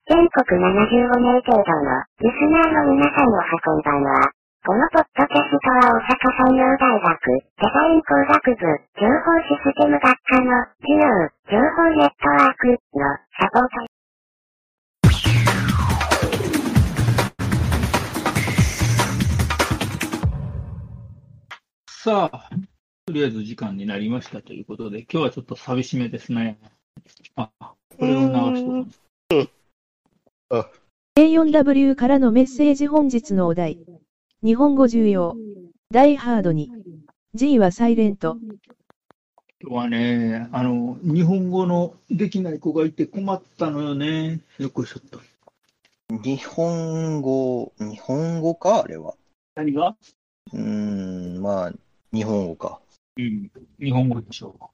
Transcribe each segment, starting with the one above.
全国75名程度のリスナーの皆さんおはこんばんは。このポッドキャストは大阪産業大学デザイン工学部情報システム学科の授業情報ネットワークのサポート。 さあ、とりあえず時間になりましたということで、今日はちょっと寂しめですね。あ、これを流しとくんです。 A4W からのメッセージ。本日のお題。日本語重要。ダイハードに。G はサイレント。 今日はね、日本語のできない子がいて困ったのよね。よくしょっと。 日本語かあれは。 何が？ まあ、日本語か。 うん、日本語でしょ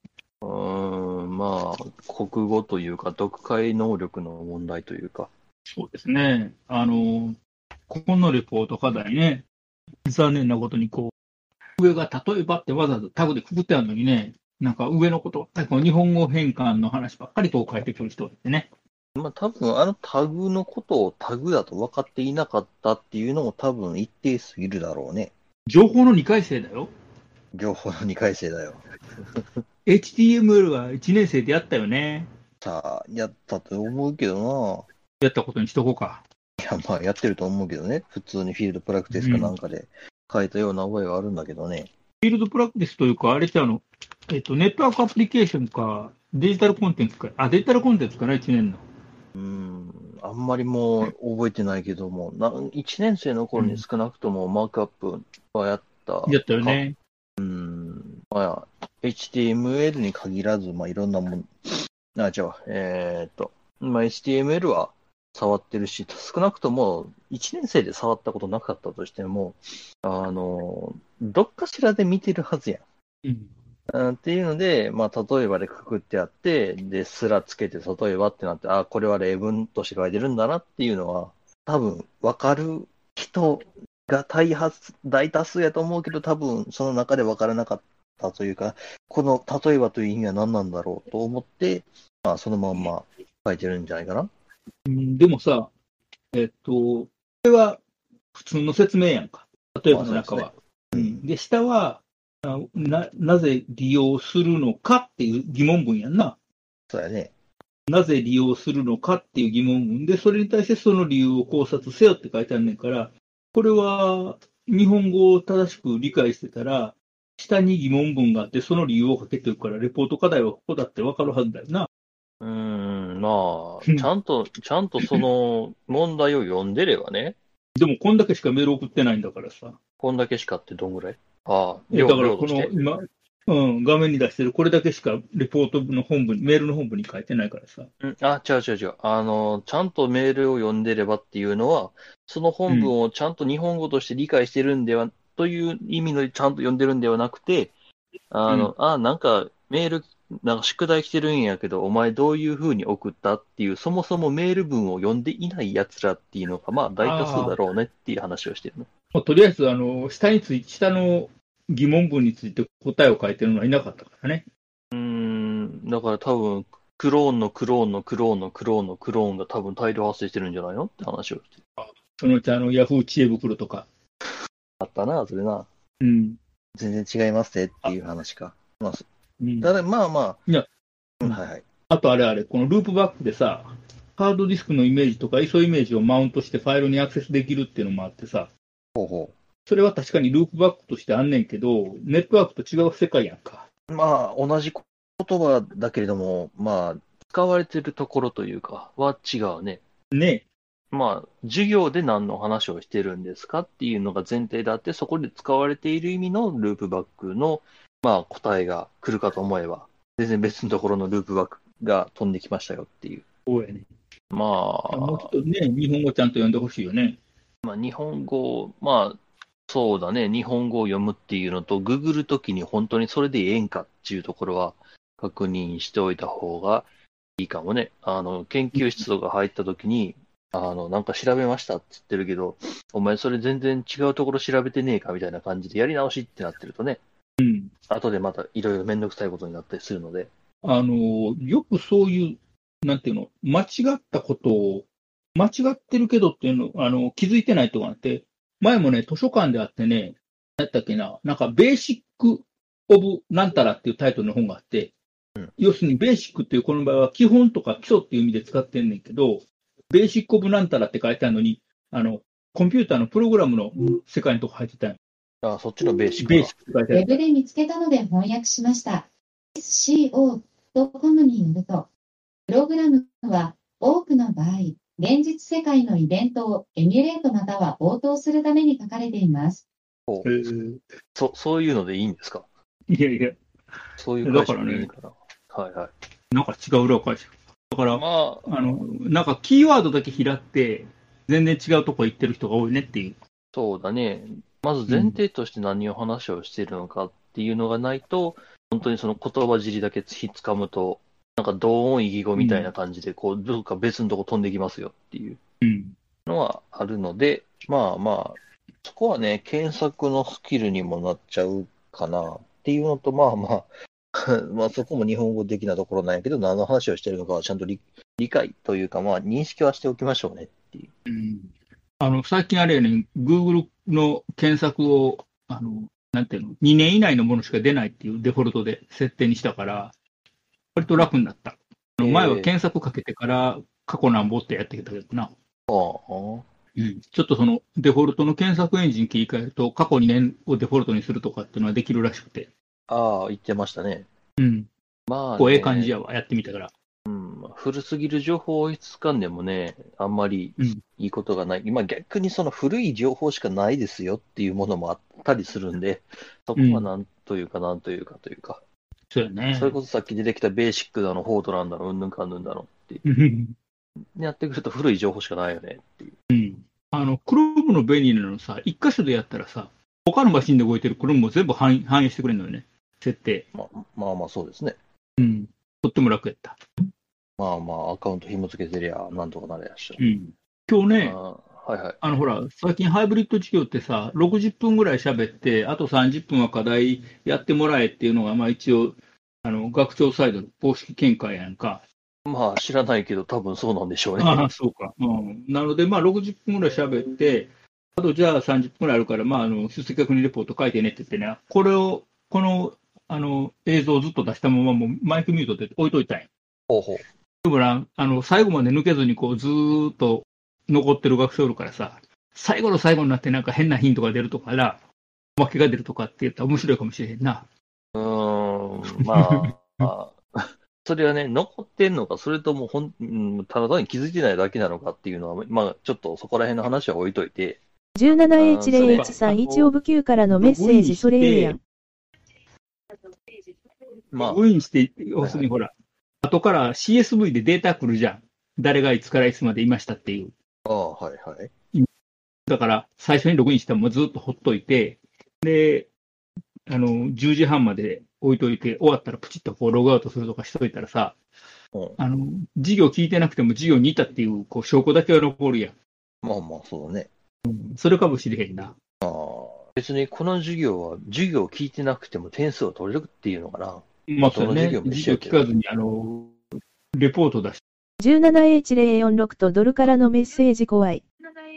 まあ、国語というか、読解能力の問題というか。 そうですね。ここのレポート課題ね、残念なことに上が例えばってわざわざタグでくくってあるのにね、なんか上のこと、日本語変換の話ばっかり書いてくる人がいてね。 まあ多分タグのことをタグだと分かっていなかったっていうのも多分一定すぎるだろうね。 情報の2回生だよ。 情報の2回生だよ。 HTML は1年生でやったよね。 さあ、やったと思うけどやったことにしとこうか。 いや、まあやってると思うけどね。普通にフィールドプラクティスかなんかで書いたような覚えはあるんだけどね。 フィールドプラクティスというか、あれってネットワークアプリケーションか、デジタルコンテンツか、デジタルコンテンツかな、1年の。 あんまりもう覚えてないけども、1年生の頃に少なくともマークアップはやったやったよね。 まあ、HTML に限らず、まあいろんなもん、まあ HTML は触ってるし、少なくとも1年生で触ったことなかったとしても、どっかしらで見てるはずやん。っていうので、まあ、例えばでくくってあって、で、すらつけて、例えばってなって、これは例文として書いてるんだなっていうのは、多分、わかる人が大多数やと思うけど、多分、その中でわからなかったというか、この例えばという意味は何なんだろうと思って、まあ、そのまんま書いてるんじゃないかな。 でもさ、これは普通の説明やんか。例えばの中は。で、下は、なぜ利用するのかっていう疑問文やんな。 そうやね。 なぜ利用するのかっていう疑問文で、それに対してその理由を考察せよって書いてあるねんから、これは日本語を正しく理解してたら、下に疑問文があって、その理由を書けてるから、レポート課題はここだって分かるはずだよな。 まあ、ちゃんとその問題を読んでればね。 でも、こんだけしかメール送ってないんだからさ。 こんだけしかってどんぐらい？ だからこの今、画面に出してるこれだけしかレポートの本文、メールの本文に書いてないからさ。 違う。ちゃんとメールを読んでればっていうのは、その本文をちゃんと日本語として理解してるんでは、という意味のちゃんと読んでるんではなくて、なんかメール、なんか宿題来てるんやけど、お前どういう風に送ったっていう、そもそもメール文を読んでいない奴らっていうのが、まあ大多数だろうねっていう話をしてるの。 とりあえず、下の疑問文について答えを書いてるのはいなかったからね。 だから多分、クローンのクローンのクローンのクローンのクローンが多分大量発生してるんじゃないのって話をしてる。 そのうちヤフー知恵袋とか。 あったな、それな。全然違いますねっていう話か。ただまあ。 いや、 はいはい。 あとこのループバックでさ、ハードディスクのイメージとか ISO イメージをマウントしてファイルにアクセスできるっていうのもあってさ。それは確かにループバックとしてあんねんけど、ネットワークと違う世界やんか。 まあ、同じ言葉だけれども、まあ、使われてるところというか、は違うね。 ね。 まあ、授業で何の話をしてるんですかっていうのが前提であって、そこで使われている意味のループバックの、まあ、答えが来るかと思えば、全然別のところのループバックが飛んできましたよっていう。 そうやね。 まあ、 もうちょっとね、日本語ちゃんと読んでほしいよね。 まあ、日本語、まあ、そうだね、日本語を読むっていうのと、ググるときに本当にそれでええんかっていうところは確認しておいた方がいいかもね。研究室とか入ったときに、なんか調べましたって言ってるけど、お前それ全然違うところ調べてねえかみたいな感じでやり直しってなってるとね、後でまたいろいろめんどくさいことになったりするので。 よくそういうなんていうの、間違ったことを、間違ってるけどっていうの、気づいてないとかあって、前もね、図書館であってね、何やったっけな、なんか、ベーシック・オブ・なんたらっていうタイトルの本があって、要するに、ベーシックっていうこの場合は基本とか基礎っていう意味で使ってんねんけど、ベーシック・オブ・なんたらって書いてあるのに、コンピューターのプログラムの世界のとこ入ってたんあ、そっちのベーシック。 ベーシックって書いてある。 ウェブで見つけたので翻訳しました。SCO.com によると、プログラムは多くの場合、現実世界のイベントをエミュレートまたは応答するために書かれています。 そういうのでいいんですか？ いやいや。 そういう解釈でいいかな。はいはい。 なんか違う裏解釈。だから、なんかキーワードだけ拾って、全然違うとこ行ってる人が多いねっていう。 そうだね。まず前提として何を話をしているのかっていうのがないと、本当にその言葉尻だけひっつかむと、なんか同音異義語みたいな感じで、こう、どっか別のとこ飛んできますよっていうのはあるので、まあまあ、そこはね、検索のスキルにもなっちゃうかなっていうのと、まあまあ、まあそこも日本語的なところなんやけど、何の話をしているのかはちゃんと理解というか、まあ認識はしておきましょうねっていう。 最近あれやね、Google の検索を、なんていうの、2年以内のものしか出ないっていうデフォルトで設定にしたから、割と楽になった。前は検索かけてから過去なんぼってやってきたけどな。ちょっとそのデフォルトの検索エンジン切り替えると、過去2年をデフォルトにするとかっていうのはできるらしくて。 ああ、言ってましたね。まあ、 こうええ感じやわ、やってみたから。 古すぎる情報を追いつかんでもね、あんまりいいことがない。今逆にその古い情報しかないですよっていうものもあったりするんで、そこはなんというかというか。 そうやね。 それこそさっき出てきたベーシックだの、フォートランだの、うんぬんかんぬんだのってやってくると古い情報しかないよねっていう。 Chrome の便利なのさ、一箇所でやったらさ、他のマシンで動いてる Chrome も全部反映してくれるのよね、設定。 まあそうですね。 とっても楽やった。 まあまあ、アカウント紐付けてりゃ、なんとかなれやし。 今日ね、 はいほら、最近ハイブリッド授業ってさ、60分ぐらい喋って、あと30分は課題やってもらえっていうのが、まあ一応、学長サイドの公式見解やんか。 まあ知らないけど、多分そうなんでしょうね。 ああ、そうか。なので、まあ60分ぐらい喋って、あとじゃあ30分ぐらいあるから、まあ出席確認レポート書いてねって言ってね、この映像をずっと出したままもうマイクミュートで置いといたんや。でもな、最後まで抜けずにこうずーっと残ってる学生おるからさ、最後の最後になってなんか変なヒントが出るとかな、おまけが出るとかって言ったら面白いかもしれへんな。 まあ、それはね、残ってんのか、それともただ単に気づいてないだけなのかっていうのは、まあ、ちょっとそこら辺の話は置いといて。 17H0H31 オブ Q からのメッセージ、それええやん。 ログインして、要するにほら、後から CSV でデータ来るじゃん。誰がいつからいつまでいましたっていう。だから、最初にログインしたらもうずっとほっといて、で、10時半まで置いといて、終わったらプチッとこうログアウトするとかしといたらさ、授業聞いてなくても授業にいたっていう、こう証拠だけは残るやん。 まあまあ、そうだね。 それかもしれへんな。 別にこの授業は、授業聞いてなくても点数を取れるっていうのかな。 まあ、そうね。授業聞かずに、レポート出して。 17H046 とドルからのメッセージ怖い。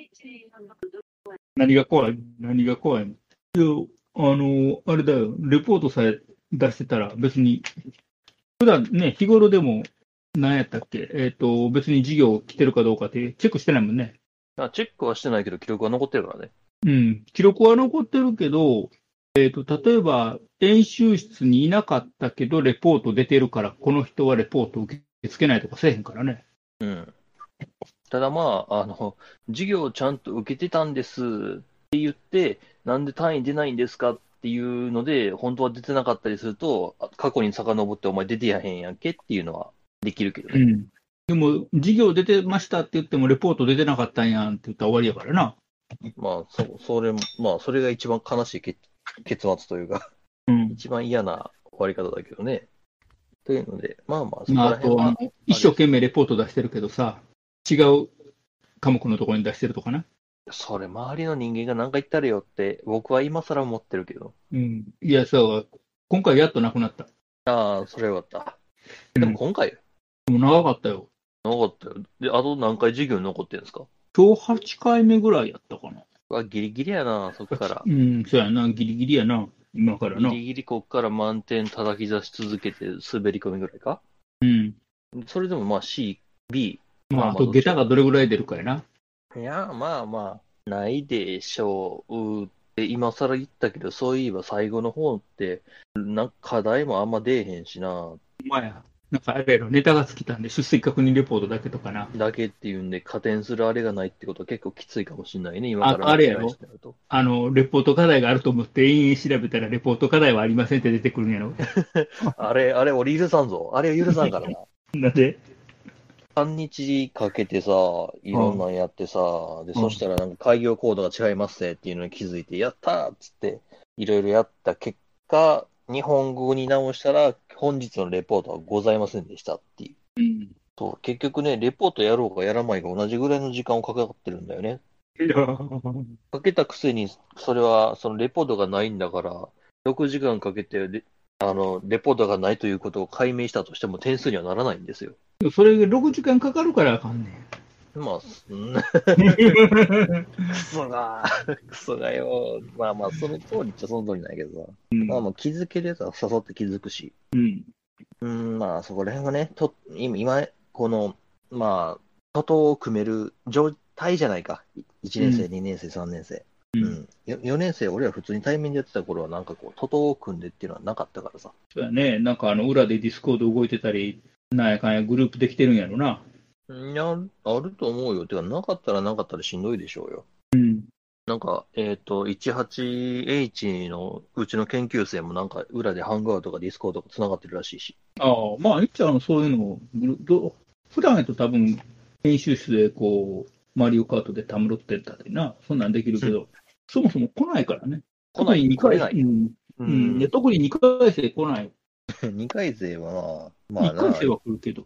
何が怖いの？いや、あれだよ。レポートさえ出してたら別に、普段ね、日頃でも、何やったっけ別に授業来てるかどうかってチェックしてないもんね。 チェックはしてないけど、記録は残ってるからね。 記録は残ってるけど、例えば、演習室にいなかったけど、レポート出てるから、この人はレポート受け付けないとかせえへんからね。 ただまあ、授業をちゃんと受けてたんですって言って、なんで単位出ないんですかっていうので、本当は出てなかったりすると、過去に遡ってお前出てやへんやんけっていうのはできるけどね。 でも、授業出てましたって言っても、レポート出てなかったんやんって言ったら終わりやからな。 まあ、それが一番悲しい結末というか、一番嫌な終わり方だけどね。というので、まあまあ、そこら辺は、 一生懸命レポート出してるけどさ、違う科目のところに出してるとかな。 それ、周りの人間が何か言ったらよって、僕は今更思ってるけど。 いや、そう、今回やっとなくなった。 ああ、それはよかった。でも今回でも長かったよ。 なかったよ。で、あと何回授業残ってるんですか？ 今日8回目ぐらいやったかな。 ギリギリやな、そっから。 うん、そうやな、ギリギリやな、今からな。 ギリギリこっから満点叩き出し続けて滑り込みぐらいか？ うん。 それでもまあ C、B。 まあ、あと下駄がどれぐらい出るかやな。 いや、まあまあ、ないでしょうって今更言ったけど、そういえば最後の方って、課題もあんま出えへんしな。 まあや。なんかあれやろ、ネタが尽きたんで、出席確認レポートだけとかな。 だけっていうんで、加点するあれがないってことは結構きついかもしれないね、今からあれやろ巻き返してなると。 レポート課題があると思って延々調べたら、レポート課題はありませんって出てくるんやろ。 あれ、俺許さんぞ。あれ許さんからな。 なんで半日かけてさ、いろんなんやってさ、で、そしたらなんか開業コードが違いますねっていうのに気づいて、やったーっつって、いろいろやった結果、日本語に直したら、本日のレポートはございませんでしたっていう。 うん。 そう、結局ね、レポートやろうがやらないが同じぐらいの時間をかかってるんだよね。 いやかけたくせに、それは、そのレポートがないんだから、6時間かけてレポートがないということを解明したとしても点数にはならないんですよ。 それが6時間かかるからあかんねん。 まあ、クソがよ。まあまあ、その通りっちゃその通りなんやけどさ。まあまあ、気づけるやつは誘って気づくし。まあ、そこら辺がね、今、この、まあ、徒党を組める状態じゃないか。1年生、2年生、3年生。4年生、俺ら普通に対面でやってた頃は、なんかこう、徒党を組んでっていうのはなかったからさ。 そうやね。なんか裏でディスコード動いてたり、なんやかんやグループできてるんやろな。 いや、あると思うよ。てか、なかったらなかったらしんどいでしょうよ。なんか、18H のうちの研究生もなんか裏でハングアウトとかディスコードとか繋がってるらしいし。 ああ、まあ、いっちゃんそういうのを、普段やと多分、編集室でこう、マリオカートでたむろってたりな、そんなんできるけど、そもそも来ないからね。特に2回、で特に2回生来ない。 2回生はまあ、 1回生は来るけど。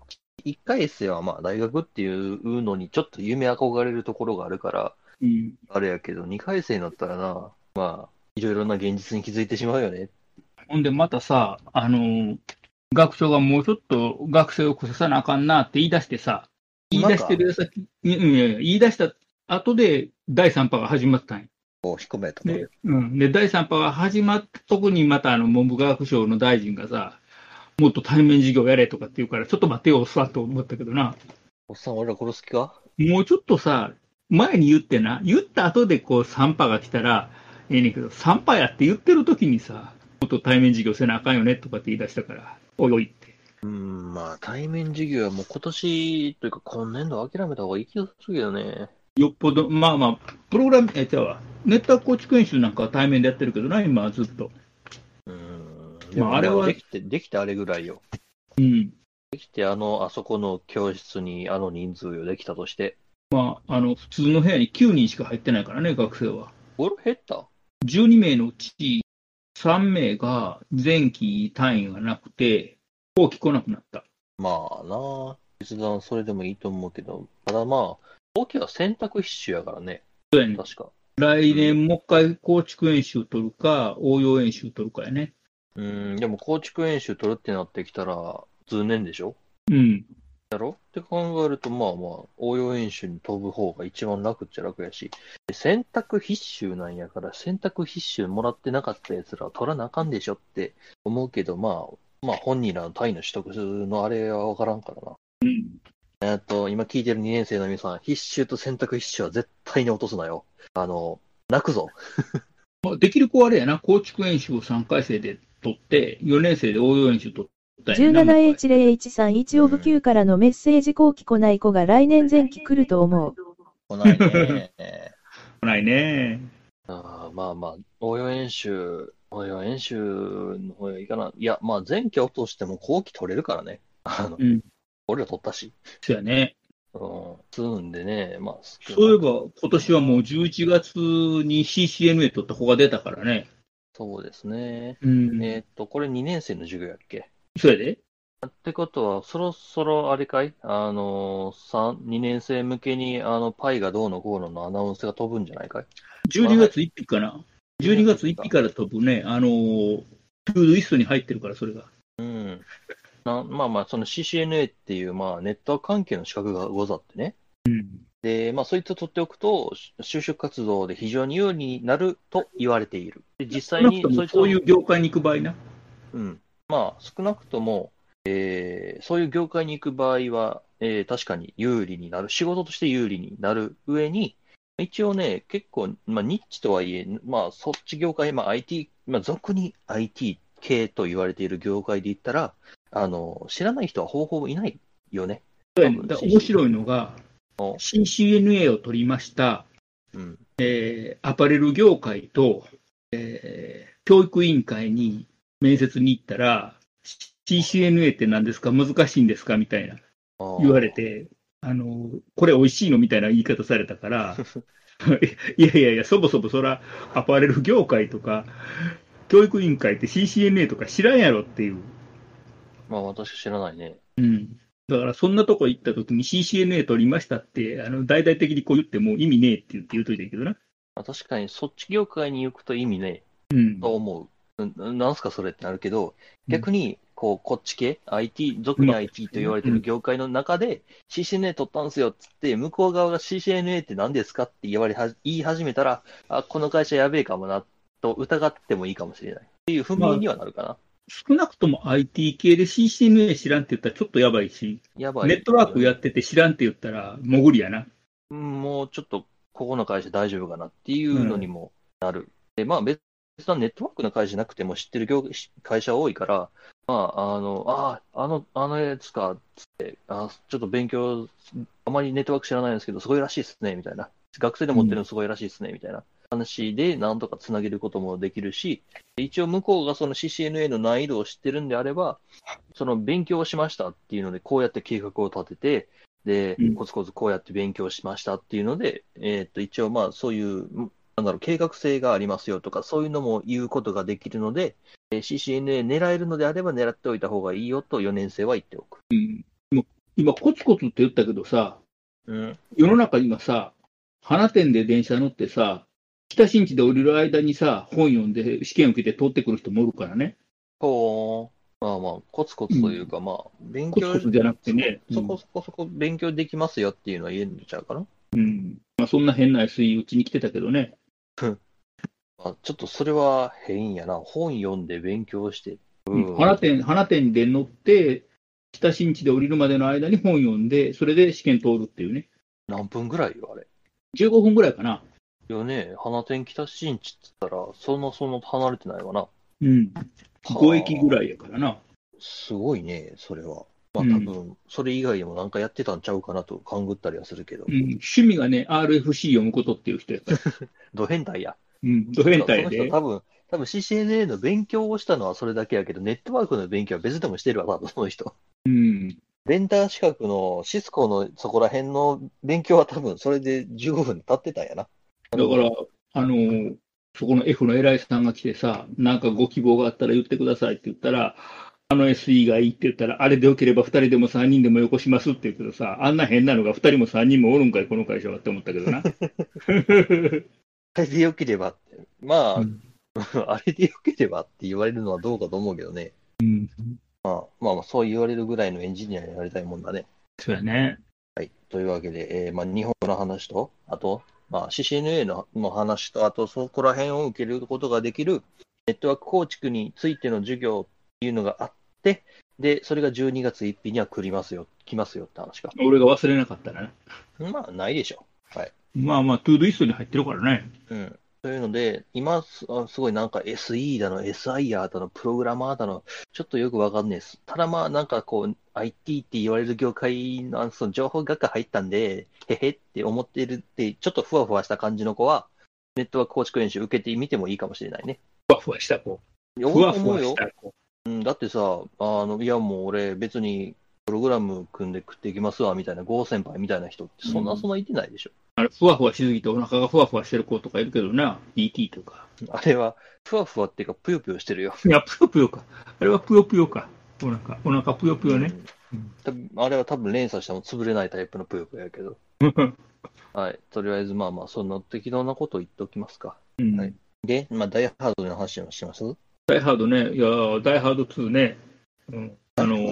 1回生はまあ大学っていうのにちょっと夢憧れるところがあるから、あれやけど、2回生になったらな、まあ、いろいろな現実に気づいてしまうよね。 ほんでまたさ、学長がもうちょっと学生を来さなあかんなって言い出してさ、言い出してる矢先、言い出した後で第3波が始まったんや。 引っ込めたで、第3波が始まったとこにまた文部科学省の大臣がさ、もっと対面授業やれとかって言うから、ちょっと待ってよ、おっさんと思ったけどな。 おっさん、俺ら殺す気か？ もうちょっとさ、前に言ってな、言った後でこう3波が来たら、ええねんけど、3波やって言ってる時にさ、もっと対面授業せなあかんよねとかって言い出したから、おいおいって。 まあ、対面授業はもう今年というか今年度諦めた方がいい気がするけどね。 よっぽど、まあまあ、プログラム、じゃあ、ネットワーク構築演習なんかは対面でやってるけどな、今はずっと。 まあ、あれはできてあれぐらいよ。できてあそこの教室に人数よできたとして。 まあ、普通の部屋に9人しか入ってないからね、学生は。 減った ?12 名のうち3名が前期単位がなくて、後期来なくなった。 まあな、別段それでもいいと思うけど、ただまあ、後期は選択必修やからね。 そうやね。 確か。 来年もう一回構築演習取るか、応用演習取るかやね。 でも構築演習取るってなってきたら、通年でしょ？やろって考えると、まあまあ、応用演習に飛ぶ方が一番楽っちゃ楽やし、選択必修なんやから、選択必修もらってなかったやつらは取らなあかんでしょって思うけど、まあ本人らの単位の取得のあれはわからんからな。今聞いてる2年生の皆さん、必修と選択必修は絶対に落とすなよ。泣くぞ。 できる子はあれやな、構築演習を3回生で取って、4年生で応用演習取ったんやな。 17H0H31 オブ9からのメッセージ後期来ない子が来年前期来ると思う。 来ないね。 来ないね。 まあまあ、応用演習の方がいいかな。いや、まあ前期落としても後期取れるからね。俺ら取ったし。 そうやね。 つうんでね、まあ。 そういえば、今年はもう11月に CCNA 取った子が出たからね。 そうですね。これ2年生の授業やっけ？ そうやで。 ってことは、そろそろあれかい2年生向けに、パイがどうのこうののアナウンスが飛ぶんじゃないかい？ 12 月1日かな。12月1日から飛ぶね、トゥードゥイストに入ってるから、それが。 まあまあ、その CCNA っていう、まあ、ネットワーク関係の資格がござってね。 うん。 で、まあ、そいつを取っておくと、就職活動で非常に有利になると言われている。で、実際にそいつを、 そういう業界に行く場合な。 うん。まあ、少なくとも、そういう業界に行く場合は、確かに有利になる。仕事として有利になる上に、一応ね、結構、まあ、ニッチとはいえ、まあ、そっち業界、まあ、IT、まあ、俗に IT 系と言われている業界で言ったら、知らない人はほぼいないよね。 だ面白いのが、CCNA を取りました、 うん、 アパレル業界と、教育委員会に面接に行ったら、CCNA って何ですか、難しいんですかみたいな言われて、これ美味しいのみたいな言い方されたから、いやいやいや、そもそもそら、アパレル業界とか、教育委員会って CCNA とか知らんやろっていう。 まあ、私知らないね。 うん。だから、そんなとこ行った時に CCNA 取りましたって、大々的にこう言っても意味ねえって言うといてんけどな。 まあ、確かに、そっち業界に行くと意味ねえ、と思う。なんすかそれってなるけど、逆に、こっち系、IT、俗に IT と言われてる業界の中で、CCNA 取ったんすよっつって、向こう側が CCNA って何ですかって言い始めたら、あ、この会社やべえかもな、と疑ってもいいかもしれない。っていう踏み絵にはなるかな。 少なくとも IT 系で CCNA 知らんって言ったらちょっとやばいし、 やばい、 ネットワークやってて知らんって言ったら、潜りやな。 もうちょっと、ここの会社大丈夫かなっていうのにもなる。で、まあ別にネットワークの会社じゃなくても知ってる会社多いから、まあ、あのやつか、つって、ちょっと勉強、あまりネットワーク知らないんですけど、すごいらしいですね、みたいな。学生で持ってるのすごいらしいですね、みたいな話で、なんとかつなげることもできるし、一応向こうがその CCNA の難易度を知ってるんであれば、その勉強をしましたっていうので、こうやって計画を立てて、で、コツコツこうやって勉強しましたっていうので、一応まあそういう、計画性がありますよとか、そういうのも言うことができるので、CCNA 狙えるのであれば狙っておいた方がいいよと4年生は言っておく。 今、コツコツって言ったけどさ、世の中今さ、花店で電車乗ってさ、北新地で降りる間にさ、本読んで試験受けて通ってくる人もおるからね。 まあまあ、コツコツというか、まあ、勉強、 コツコツじゃなくてね、 そこ勉強できますよっていうのは言えるんちゃうかな。 まあ、そんな変な SE うちに来てたけどね。 まあ、ちょっとそれは変やな。本読んで勉強して。 花店で乗って、北新地で降りるまでの間に本読んで、それで試験通るっていうね。 何分ぐらいよ、あれ。 15分ぐらいかな。 よね、花店北新地って言ったら、そんな離れてないわな。 5駅ぐらいやからな。 すごいね、それは。まあ多分、それ以外でもなんかやってたんちゃうかなと勘ぐったりはするけど。 趣味がね、RFC 読むことっていう人やから。 ド変態や。 ド変態で。 その人多分 CCNA の勉強をしたのはそれだけやけど、ネットワークの勉強は別でもしてるわ、多分その人。レンター資格のシスコのそこら辺の勉強は多分それで15分経ってたんやな。 だから、そこの F の偉いさんが来てさ、なんかご希望があったら言ってくださいって言ったら、SE がいいって言ったら、あれでよければ2人でも3人でもよこしますって言うけどさ、あんな変なのが2人も3人もおるんかい、この会社はって思ったけどな。 あれでよければって。まあ、あれでよければって言われるのはどうかと思うけどね。まあ、そう言われるぐらいのエンジニアになりたいもんだね。 そうやね。 はい。というわけで、まあ、日本の話と、あと、まあ、CCNA の話と、あと、そこら辺を受けることができる、ネットワーク構築についての授業っていうのがあって、で、それが12月1日には来ますよって話か。 俺が忘れなかったらね。 まあ、ないでしょ。はい。 まあまあ、トゥードゥイストに入ってるからね。 というので、今、すごいなんか SE だの、SIR だの、プログラマーだの、ちょっとよくわかんないです。ただまあ、なんかこう、IT って言われる業界のその情報学科入ったんで、へへって思ってるって、ちょっとふわふわした感じの子は、ネットワーク構築演習受けてみてもいいかもしれないね。 ふわふわした子。 ふわふわした子。だってさ、いやもう俺別にプログラム組んで食っていきますわみたいな、ゴー先輩みたいな人ってそんないてないでしょ。 あれ、ふわふわしすぎてお腹がふわふわしてる子とかいるけどな、ET とか。 あれは、ふわふわっていうか、ぷよぷよしてるよ。 いや、ぷよぷよか。あれはぷよぷよか。お腹ぷよぷよね。 あれは多分連鎖しても潰れないタイプのぷよぷよやけど。はい。とりあえず、まあまあ、そんな適当なことを言っておきますか。はい。で、まあ、ダイハードの話をします？ ダイハードね。いや、ダイハード2ね。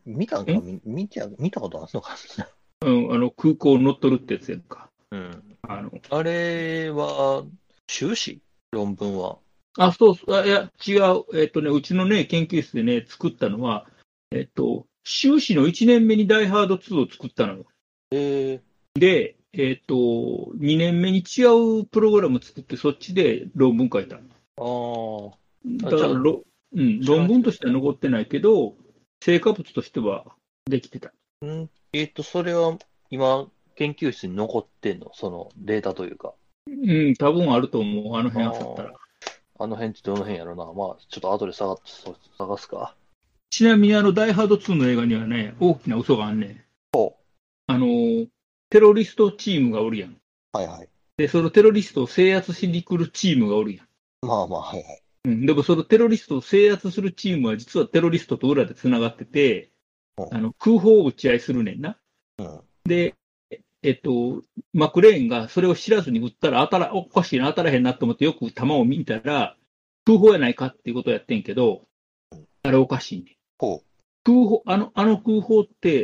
見たんか、見たことあるのか空港乗っとるってやつやんか。 うん。あれは、修士論文は。 そうそう。いや、違う。うちのね、研究室でね、作ったのは、修士の1年目にダイハード2を作ったのよ。で、2年目に違うプログラム作って、そっちで論文書いた。だから論文としては残ってないけど、成果物としてはできてた。 それは今、研究室に残ってんの？そのデータというか。 多分あると思う。あの辺あったら。 あの辺ってどの辺やろな。まあ、ちょっと後で探すか。 ちなみにダイハード2の映画にはね、大きな嘘があんねん。テロリストチームがおるやん。 はいはい。 で、そのテロリストを制圧しに来るチームがおるやん。 まあまあ、はいはい。 でもそのテロリストを制圧するチームは実はテロリストと裏で繋がってて、空砲を撃ち合いするねんな。で、マクレーンがそれを知らずに撃ったらおかしいな、当たらへんなと思ってよく弾を見たら、空砲やないかっていうことをやってんけど、あれおかしいね。空砲、空砲って、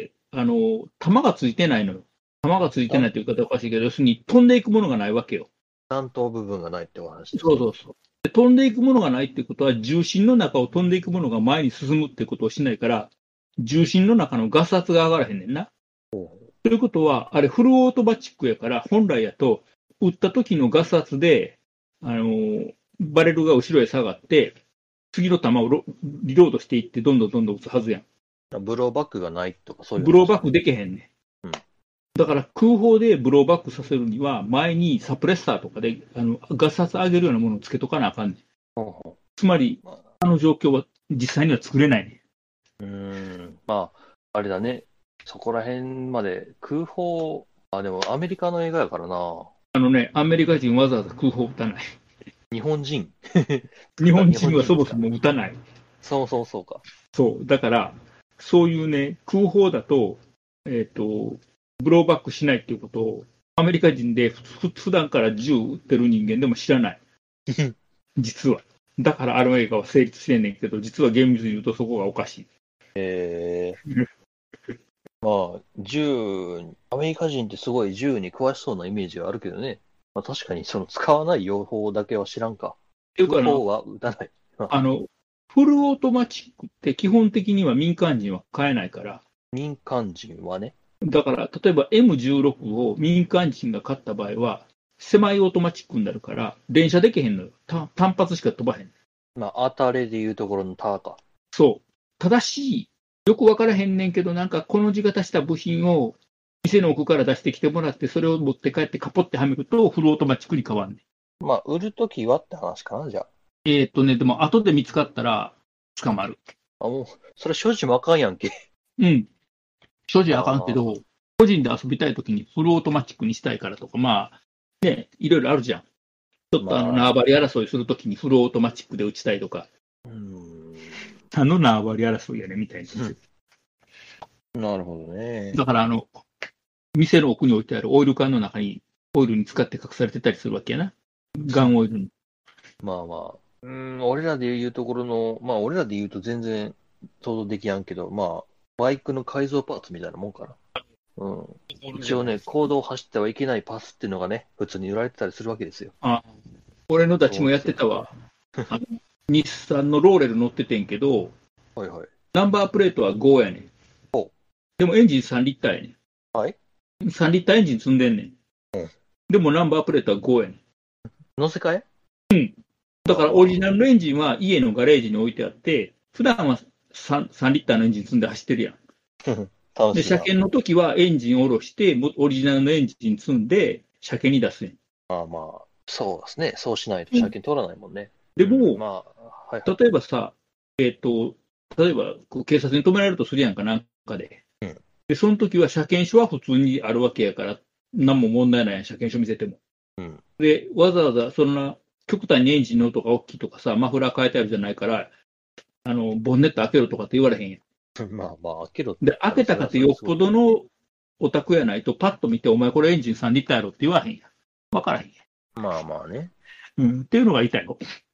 弾がついてないのよ。弾がついてないという言い方おかしいけど、要するに飛んでいくものがないわけよ。 弾頭部分がないってお話です。 そう。で飛んでいくものがないってことは、重心の中を飛んでいくものが前に進むってことをしないから、重心の中のガス圧が上がらへんねんな。ということは、あれフルオートマチックやから、本来やと、撃った時のガス圧で、バレルが後ろへ下がって、次の弾をリロードしていって、どんどん撃つはずやん。 ブローバックがないとか、そういう。 ブローバックできへんねん。だから空砲でブローバックさせるには、前にサプレッサーとかでガス圧上げるようなものをつけとかなあかんねん。つまり、状況は実際には作れないねん。まあ、あれだね。そこら辺まで空砲、でもアメリカの映画やからな。 アメリカ人わざわざ空砲撃たない。 日本人日本人はそもそも撃たない。 そうか。 そう。だから、そういうね、空砲だと、ブローバックしないっていうことを、アメリカ人で普段から銃撃ってる人間でも知らない。実は。だからあの映画は成立してんねんけど、実は厳密に言うとそこがおかしい。 まあ、アメリカ人ってすごい銃に詳しそうなイメージがあるけどね。まあ確かにその使わない用法だけは知らんか。空砲は撃たない。 フルオートマチックって基本的には民間人は買えないから。 民間人はね。 だから、例えば M16 を民間人が買った場合は、セマイオートマチックになるから、連射できへんのよ。単発しか飛ばへん。 まあ、当たれでいうところのターか。 そう。ただし、よくわからへんねんけど、なんかこの字型した部品を店の奥から出してきてもらって、それを持って帰ってカポってはめると、フルオートマチックに変わんねん。 まあ、売るときはって話かな、じゃあ。 でも後で見つかったら捕まる。 もう、それ所持もあかんやんけ。 所持あかんけど、個人で遊びたいときにフルオートマチックにしたいからとか、まあ、ね、いろいろあるじゃん。ちょっと縄張り争いするときにフルオートマチックで撃ちたいとか。縄張り争いやね、みたいな。なるほどね。 だから店の奥に置いてあるオイル缶の中にオイルに使って隠されてたりするわけやな。ガンオイルに。 まあ。俺らで言うところの、まあ俺らで言うと全然想像できやんけど、まあ、バイクの改造パーツみたいなもんかな。一応ね、公道を走ってはいけないパスっていうのがね、普通に売られてたりするわけですよ。 俺のたちもやってたわ。日産のローレル乗っててんけど、ナンバープレートは5やねん。でもエンジン3リッターやねん。3リッターエンジン積んでんねん。でもナンバープレートは5やねん。 乗せ替え？だからオリジナルのエンジンは家のガレージに置いてあって、普段は 3リッターのエンジン積んで走ってるやん。で、車検の時はエンジンを下ろして、オリジナルのエンジン積んで、車検に出すねん。 そうですね。そうしないと車検通らないもんね。 でも、例えばさ、例えば警察に止められるとするやんか、なんかで。で、その時は車検証は普通にあるわけやから、何も問題ないやん、車検証見せても。で、わざわざそんな、極端にエンジンの音が大きいとかさ、マフラー変えてあるじゃないから、ボンネット開けろとかって言われへんやん。 開けろって。 で、開けたかってよっぽどのオタクやないと、パッと見て、お前これエンジン3リッターやろって言わへんやん。わからへんやん。 ね。 っていうのが言いたいの。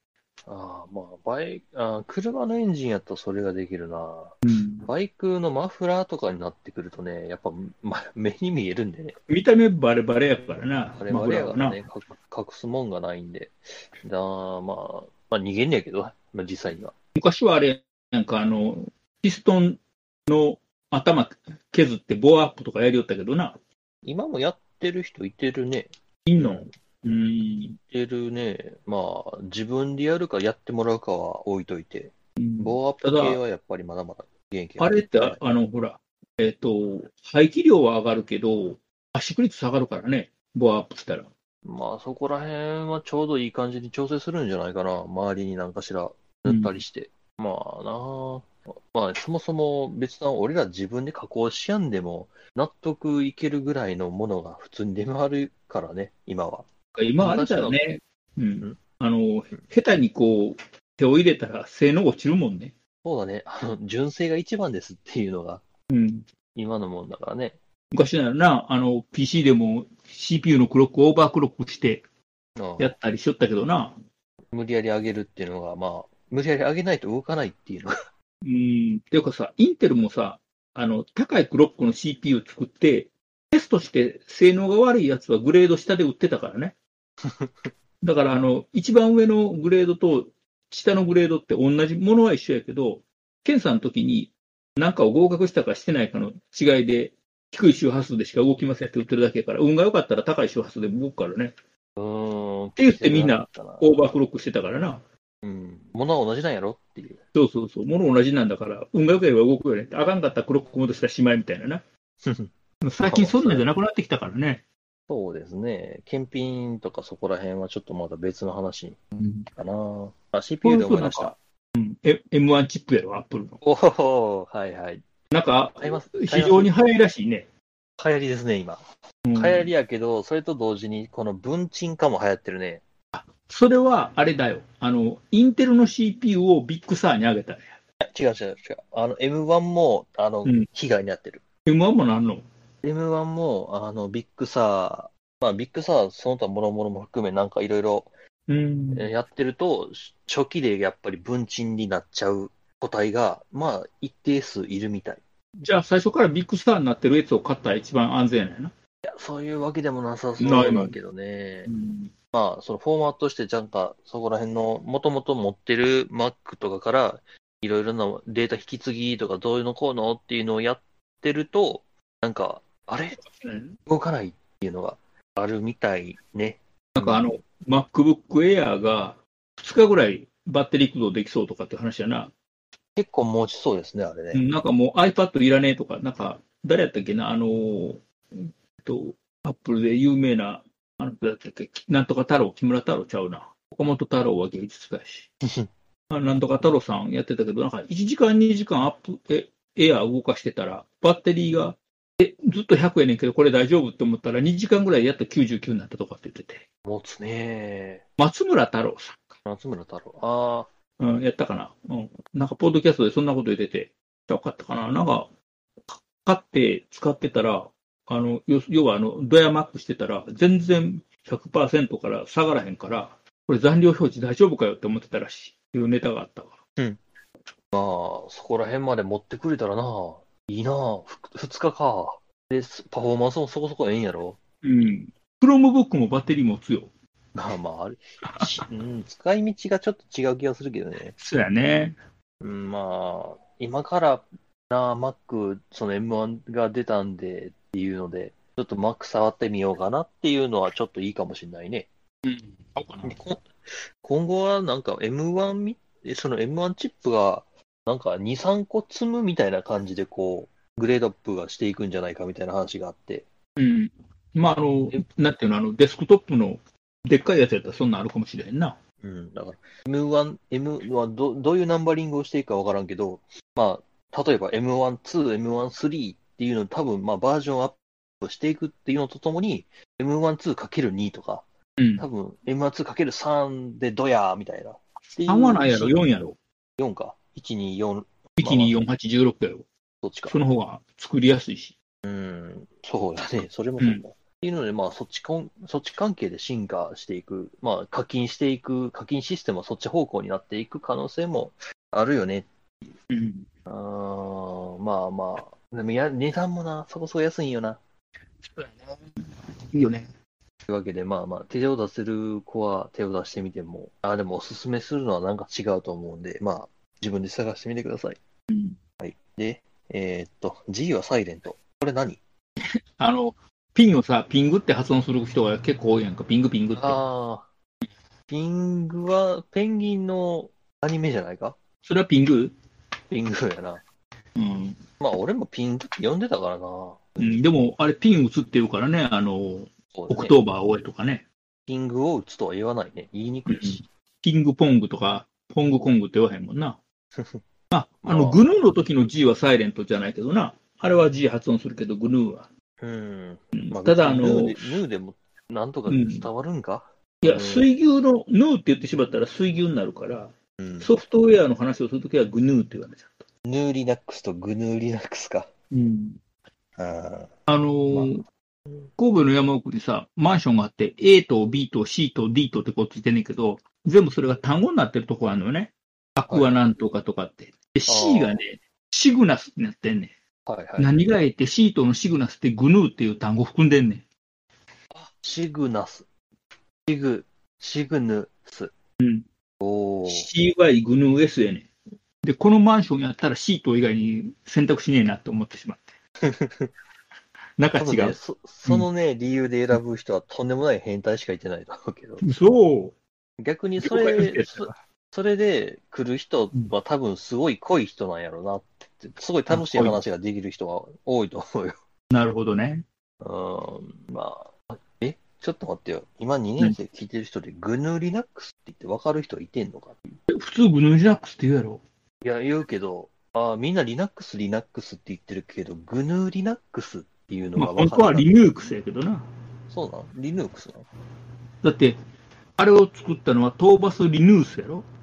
車のエンジンやったらそれができるな。 うん。 バイクのマフラーとかになってくるとね、やっぱ、目に見えるんでね。 見た目バレバレやからな、 あれマフラーはな。 ね、隠すもんがないんで。まあ逃げんねやけど、実際には。 昔はあれ、なんかピストンの頭削ってボアアップとかやりよったけどな。 今もやってる人いてるね。 いんの？ いてるね。まあ、自分でやるかやってもらうかは置いといて。ボーアップ系はやっぱりまだまだ元気あれって、ほら、排気量は上がるけど、圧縮率下がるからね、ボアアップしたら。 まあ、そこら辺はちょうどいい感じに調整するんじゃないかな。周りになんかしら塗ったりして。まあ、そもそも別な俺ら自分で加工しやんでも納得いけるぐらいのものが普通に出回るからね、今は。 今あれだよね。下手にこう、手を入れたら性能落ちるもんね。 そうだね。純正が一番ですっていうのが、今のもんだからね。 昔ならな、PC でも CPU のクロックをオーバークロックしてやったりしよったけどな。 無理やり上げるっていうのが、まあ、無理やり上げないと動かないっていうのが。 っていうかさ、インテルもさ、高いクロックの CPU 作って、テストして性能が悪いやつはグレード下で売ってたからね。だから、一番上のグレードと下のグレードって同じものは一緒やけど、検査の時に何かを合格したかしてないかの違いで、低い周波数でしか動きませんって売ってるだけやから、運が良かったら高い周波数でも動くからね。って言ってみんなオーバークロックしてたからな。 物は同じなんやろっていう。 そう。物同じなんだから、運が良ければ動くよね。あかんかったらクロック戻したらしまいみたいなな。最近そんなんじゃなくなってきたからね。 そうですね。検品とかそこら辺はちょっとまた別の話かな。CPU で思い出した。 M1 チップやろ、アップルの。 はい。 なんか、非常に早いらしいね。 流行りですね、今。流行りやけど、それと同時に、この分鎮化も流行ってるね。 それは、あれだよ。インテルの CPU をビッグサーに上げたら違う。M1 も、被害に遭ってる。 M1 もなんの？ M1 も、ビッグサー、その他諸々も含め、なんかいろいろやってると、初期でやっぱり分鎮になっちゃう個体が、まあ、一定数いるみたい。 じゃあ、最初からビッグスターになってるやつを買ったら一番安全やな。いや、そういうわけでもなさそうだけどね。まあ、そのフォーマットして、ちゃんとそこら辺の、もともと持ってる Mac とかから、いろいろなデータ引き継ぎとか、どういうのこうのっていうのをやってると、なんか、あれ動かないっていうのがあるみたいね。 なんかMacBook Air が2日ぐらいバッテリー駆動できそうとかって話やな。 結構持ちそうですね、あれね。 なんかもう iPad いらねえとか、なんか、誰やったっけな、Apple で有名な、だったっけ、なんとか太郎、木村太郎ちゃうな。岡本太郎は芸術家やし。なんとか太郎さんやってたけど、なんか1時間、2時間エア動かしてたら、バッテリーが、ずっと100やねんけど、これ大丈夫って思ったら、2時間ぐらいでやっと99になったとかって言ってて。 持つね。 松村太郎さんか。 松村太郎。 やったかな。なんか、ポッドキャストでそんなこと言ってて、よかったかな。なんか、買って使ってたら、要はドヤマックしてたら、全然 100% から下がらへんから、これ残量表示大丈夫かよって思ってたらしい。いうネタがあったわ。 まあ、そこら辺まで持ってくれたらな。いいな。2日か。で、パフォーマンスもそこそこええんやろ。 クロームブックもバッテリー持つよ。 あれ。使い道がちょっと違う気がするけどね。 そうやね。 まあ、今からMac、その M1 が出たんでっていうので、ちょっと Mac 触ってみようかなっていうのはちょっといいかもしれないね。今後はなんか M1、その M1 チップがなんか2、3個積むみたいな感じでこう、グレードアップがしていくんじゃないかみたいな話があって。 まあ、なんていうの、デスクトップのでっかいやつやったらそんなんあるかもしれへんな。 だから M1 はどういうナンバリングをしていくかわからんけど、まあ、例えば M1、2、M1、3っていうの多分、まあ、バージョンアップしていくっていうのとともに、M1、2×2 とか、多分 M1、2×3 でドヤーみたいな。 3はないやろ、4やろ。 4か。1、2、4。 1、2、4、8、16だよ。 どっちか。 その方が作りやすいし。 そうだね。それもそうだ。 ていうので、まあ、そっち関係で進化していく、まあ、課金システムはそっち方向になっていく可能性もあるよね。 うん。 まあまあ、でも値段もな、そこそこ安いんよな。 そうやね。いいよね。 というわけで、まあまあ、手を出せる子は手を出してみても、でもおすすめするのはなんか違うと思うんで、まあ、自分で探してみてください。 うん。 はい。で、G はサイレント。これ何？ ピンをさ、ピングって発音する人が結構多いやんか。ピングピングって。 ピングはペンギンのアニメじゃないか？ それはピング？ ピングやな。 うん。 まあ、俺もピングって呼んでたからな。 うん、でも、あれピン打つって言うからね。 そうだね。 オクトーバー多いとかね。 ピングを打つとは言わないね。言いにくいし。 キングポングとか、ポングコングって言わへんもんな。 まあ、 グヌーの時の G はサイレントじゃないけどな。あれは G 発音するけど、グヌーは。 まあ、 ただ、 ヌーでもなんとか伝わるんか？ いや、水牛のヌーって言ってしまったら水牛になるから、ソフトウェアの話をするときはグヌーって言われちゃった。 ヌーリナックスとグヌーリナックスか。 神戸の山奥にさ、マンションがあって、A と B と C と D とってこうついてんねんけど、全部それが単語になってるとこあるのよね。アクアなんとかとかって。で、C がね、シグナスになってんねん。何がええって、シートのシグナスってグヌーっていう単語含んでんねん。 シグナス。シグヌス。 CY グヌー S やねん。で、このマンションやったらシート以外に選択しねえなって思ってしまって。なんか違う。 ね、そのね、理由で選ぶ人はとんでもない変態しかいてないと思うけど。 そう。 逆にそれで来る人は多分すごい濃い人なんやろうなって、すごい楽しい話ができる人が多いと思うよ。 なるほどね。 まあ、ちょっと待ってよ。今2年生聞いてる人でグヌーリナックスって言って分かる人いてんのか？ 普通グヌーリナックスって言うやろ。 いや、言うけど、みんなリナックスって言ってるけど、グヌーリナックスっていうのが分かる。 本当はリヌークスやけどな。 そうなん？リヌークスなの？ だって、あれを作ったのはトーバス・リヌースやろ。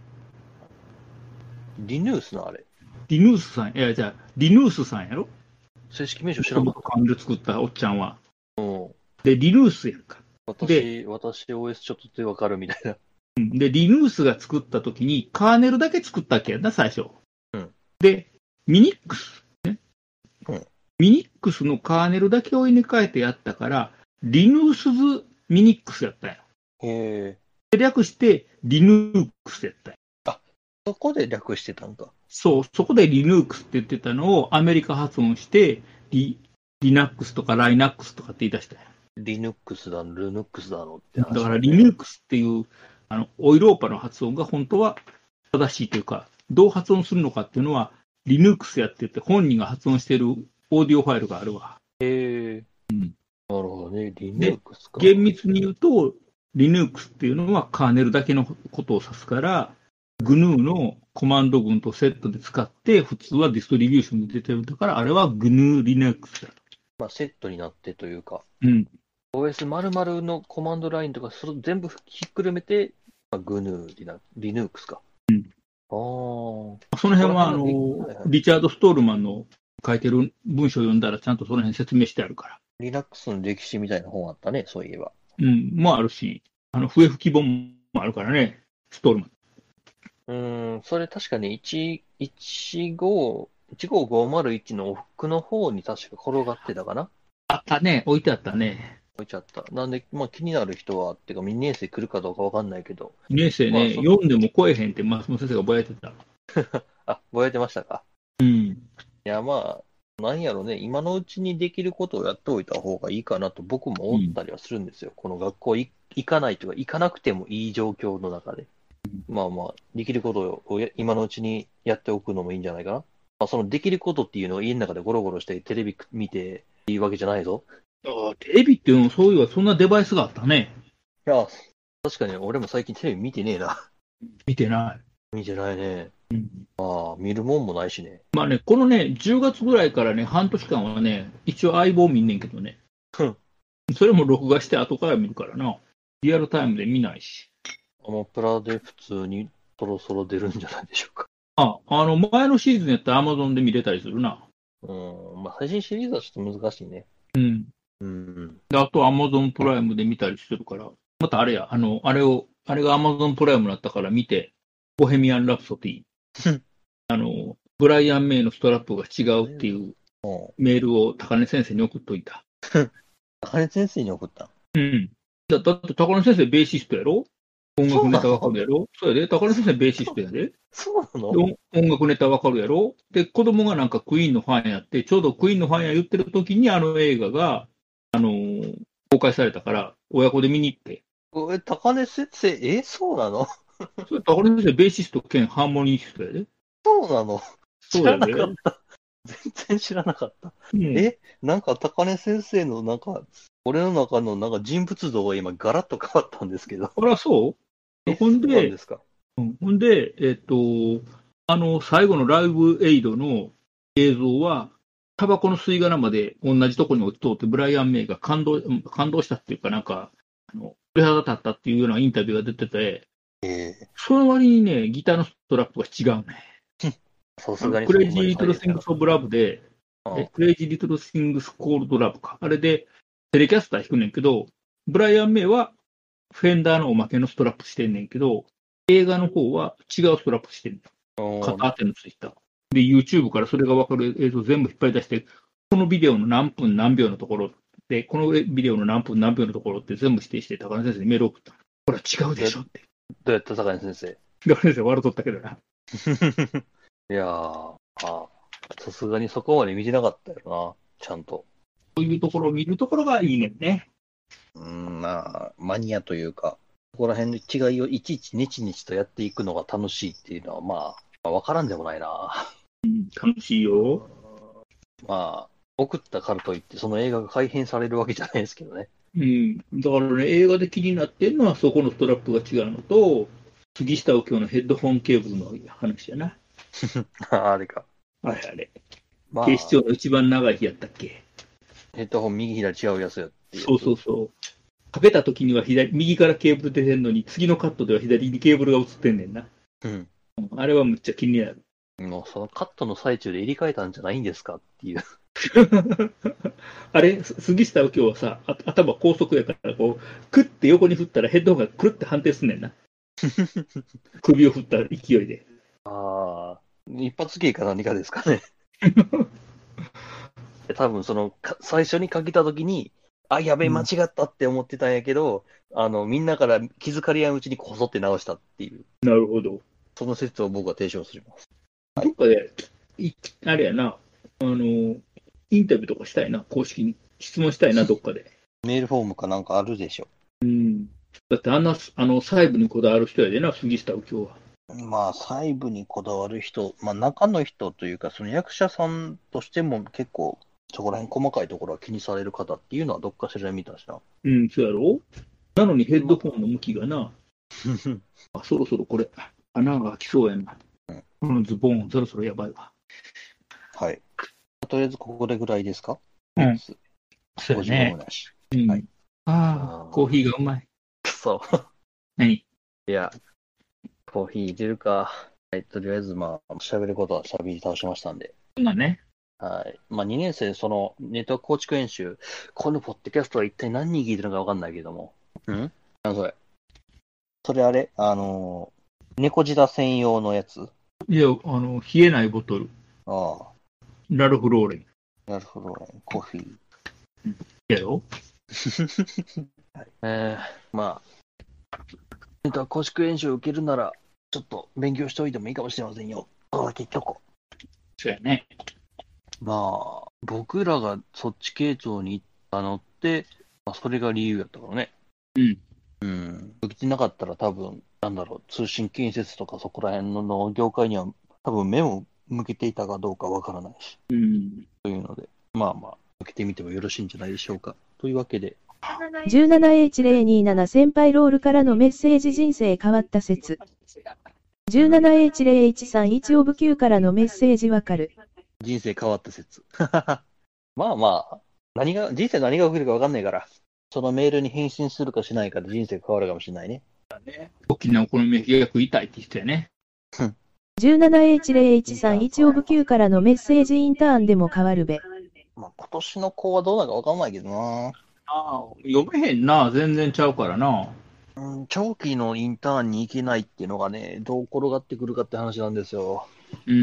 リヌースなあれ。 リヌースさん、じゃあ、リヌースさんやろ。 正式名称知らんかった。 缶で作ったおっちゃんは。で、リヌースやんか。 私 OS ちょっとで分かるみたいな。 で、リヌースが作ったときに、カーネルだけ作ったっけやんな、最初。で、ミニックス、ね。ミニックスのカーネルだけを入れ替えてやったから、リヌースズミニックスやったんや。で、略して、リヌークスやったんや。 そこで略してたんか。 そう、そこでリヌークスって言ってたのをアメリカ発音して、リナックスとかライナックスとかって言い出したんや。 リヌックスだの、ルヌックスだのって話、 だからリヌークスっていう、オイローパの発音が本当は正しいというか、どう発音するのかっていうのは、リヌークスやって言って本人が発音しているオーディオファイルがあるわ。 なるほどね、リヌークスか。 厳密に言うと、リヌークスっていうのはカーネルだけのことを指すから、グヌーのコマンド群とセットで使って、普通はディストリビューションで出てるんだから、あれはグヌーリナックスだと。 セットになってというか、 OS 〇〇のコマンドラインとか、それ全部ひっくるめて、グヌーリヌークスか。 その辺は、リチャード・ストールマンの書いてる文章を読んだら、ちゃんとその辺説明してあるから。 リナックスの歴史みたいな本あったね、そういえば。 もあるし、笛吹き本もあるからね、ストールマン。それ確かに15501の奥の方に確か転がってたかな。 あったね、置いてあったね。 置いちゃった。なんで、気になる人は、ってか、2年生来るかどうかわかんないけど。 2年生ね、読んでも来えへんって、松本先生がぼやいてた。 ぼやいてましたか。いや、なんやろね、今のうちにできることをやっておいた方がいいかなと僕も思ったりはするんですよ。この学校行かないというか、行かなくてもいい状況の中で。できることを今のうちにやっておくのもいいんじゃないかな。そのできることっていうのを家の中でゴロゴロしてテレビ見ていいわけじゃないぞ。 テレビっていうのもそういうそんなデバイスがあったね。 いや、確かに俺も最近テレビ見てねえな。 見てない。 見てないね。見るもんもないしね。 このね、10月ぐらいからね、半年間はね、一応相棒見んねんけどね。それも録画して後から見るからな。リアルタイムで見ないし。 アマプラで普通にそろそろ出るんじゃないでしょうか。 前のシーズンやったら Amazon で見れたりするな。 配信シリーズはちょっと難しいね。 で、あとアマゾンプライムで見たりしてるから、またあれや、あれがアマゾンプライムだったから見て、ボヘミアン・ラプソディ。ブライアン・メイのストラップが違うっていうメールを高根先生に送っといた。 高根先生に送った？ うん。だって高根先生ベーシストやろ？音楽ネタわかるやろ？そうやで。高根先生ベーシストやで。 そうなの？ 音楽ネタわかるやろ？で、子供がなんかクイーンのファンやって、ちょうどクイーンのファンや言ってる時に映画が、公開されたから、親子で見に行って。 高根先生、そうなの？ それ高根先生ベーシスト兼ハーモニーシストやで。 そうなの？知らなかった。全然知らなかった。なんか高根先生の俺の中の人物像が今ガラッと変わったんですけど。 あら、そうほんで、 そうなんですか。 ほんで、最後のライブエイドの映像は、タバコの吸い殻まで同じとこに落ち通って、ブライアン・メイが感動したっていうか、鳥肌立ったっていうようなインタビューが出てて、その割にね、ギターのストラップが違うね。 さすがにクレイジー・リトル・シングス・オブ・ラブで、クレイジー・リトル・シングス・コールド・ラブか。あれで、テレキャスター弾くねんけど、ブライアン・メイはフェンダーのおまけのストラップしてんねんけど、映画の方は違うストラップしてんねん。片当てのついた。で、YouTube からそれが分かる映像全部引っ張り出して、このビデオの何分何秒のところで、このビデオの何分何秒のところって全部指定して、高根先生にメール送った。これは違うでしょって。 どうやった高根先生？ 高根先生笑っとったけどな。 いやー、さすがにそこまで見てなかったよな、ちゃんと。 そういうところを見るところがいいねんね。 マニアというか、ここら辺の違いをいちいちネチネチとやっていくのが楽しいっていうのは、わからんでもないな。 楽しいよ。 送ったからといって、その映画が改編されるわけじゃないですけどね。 だからね、映画で気になってるのは、そこのストラップが違うのと、杉下右京のヘッドホンケーブルの話やな。 あれか。 あれ。警視庁の一番長い日やったっけ？ ヘッドホン右左違うやつやっていう。 そう。かけた時には右からケーブル出てんのに、次のカットでは左にケーブルが映ってんねんな。あれはむっちゃ気になる。 もうそのカットの最中で入れ替えたんじゃないんですかっていう。 あれ、杉下右京はさ、頭高速やから、クッて横に振ったらヘッドホンがくるって反転すんねんな。首を振った勢いで。 一発芸か何かですかね。多分最初にかけたときに、やべえ、間違ったって思ってたんやけど、みんなから気づかれやんうちにこそって直したっていう。 なるほど。 その説を僕は提唱するます。 どっかで、あれやな、インタビューとかしたいな、公式に。質問したいな、どっかで。 メールフォームかなんかあるでしょ。 だって細部にこだわる人やでな、杉下右京は。 細部にこだわる人、中の人というか、その役者さんとしても結構、そこら辺細かいところは気にされる方っていうのはどっかしらで見たしな。 そうやろ？なのにヘッドホンの向きがな、そろそろこれ、穴が開きそうやな。このズボン、そろそろやばいわ。 はい。とりあえずここでぐらいですか？ そうやね。コーヒーがうまい。 そう。 何？ いや、コーヒー入れるか。はい、とりあえず喋ることは喋り倒しましたんで。 ね。 はい。2年生、そのネットワーク構築演習、このポッドキャストは一体何人聞いてるのかわかんないけども。何それ？それあれ？猫舌専用のやつ？ いや、冷えないボトル。ラルフローレン。 ラルフローレン、コーヒー。 やろ？ ネットワーク構築演習を受けるなら、ちょっと勉強しておいてもいいかもしれませんよ。結局。 そうやね。 僕らがそっち系統に行ったのって、それが理由やったからね。受けてなかったら多分、通信建設とかそこら辺の業界には多分目を向けていたかどうかわからないし。というので、受けてみてもよろしいんじゃないでしょうか。というわけで。 17H027 先輩ロールからのメッセージ人生変わった説。17H0H31 オブ Q からのメッセージわかる。 人生変わった説。人生何が起きるかわかんないから、そのメールに返信するかしないかで人生変わるかもしれないね。 大きなお好み焼きが食いたいって言ってたよね。 17H0H31 オブ Q からのメッセージインターンでも変わるべ。 まあ今年の子はどうなるかわかんないけどな。 ああ、読めへんな。全然ちゃうからな。 うん、長期のインターンに行けないっていうのがね、どう転がってくるかって話なんですよ。 うん。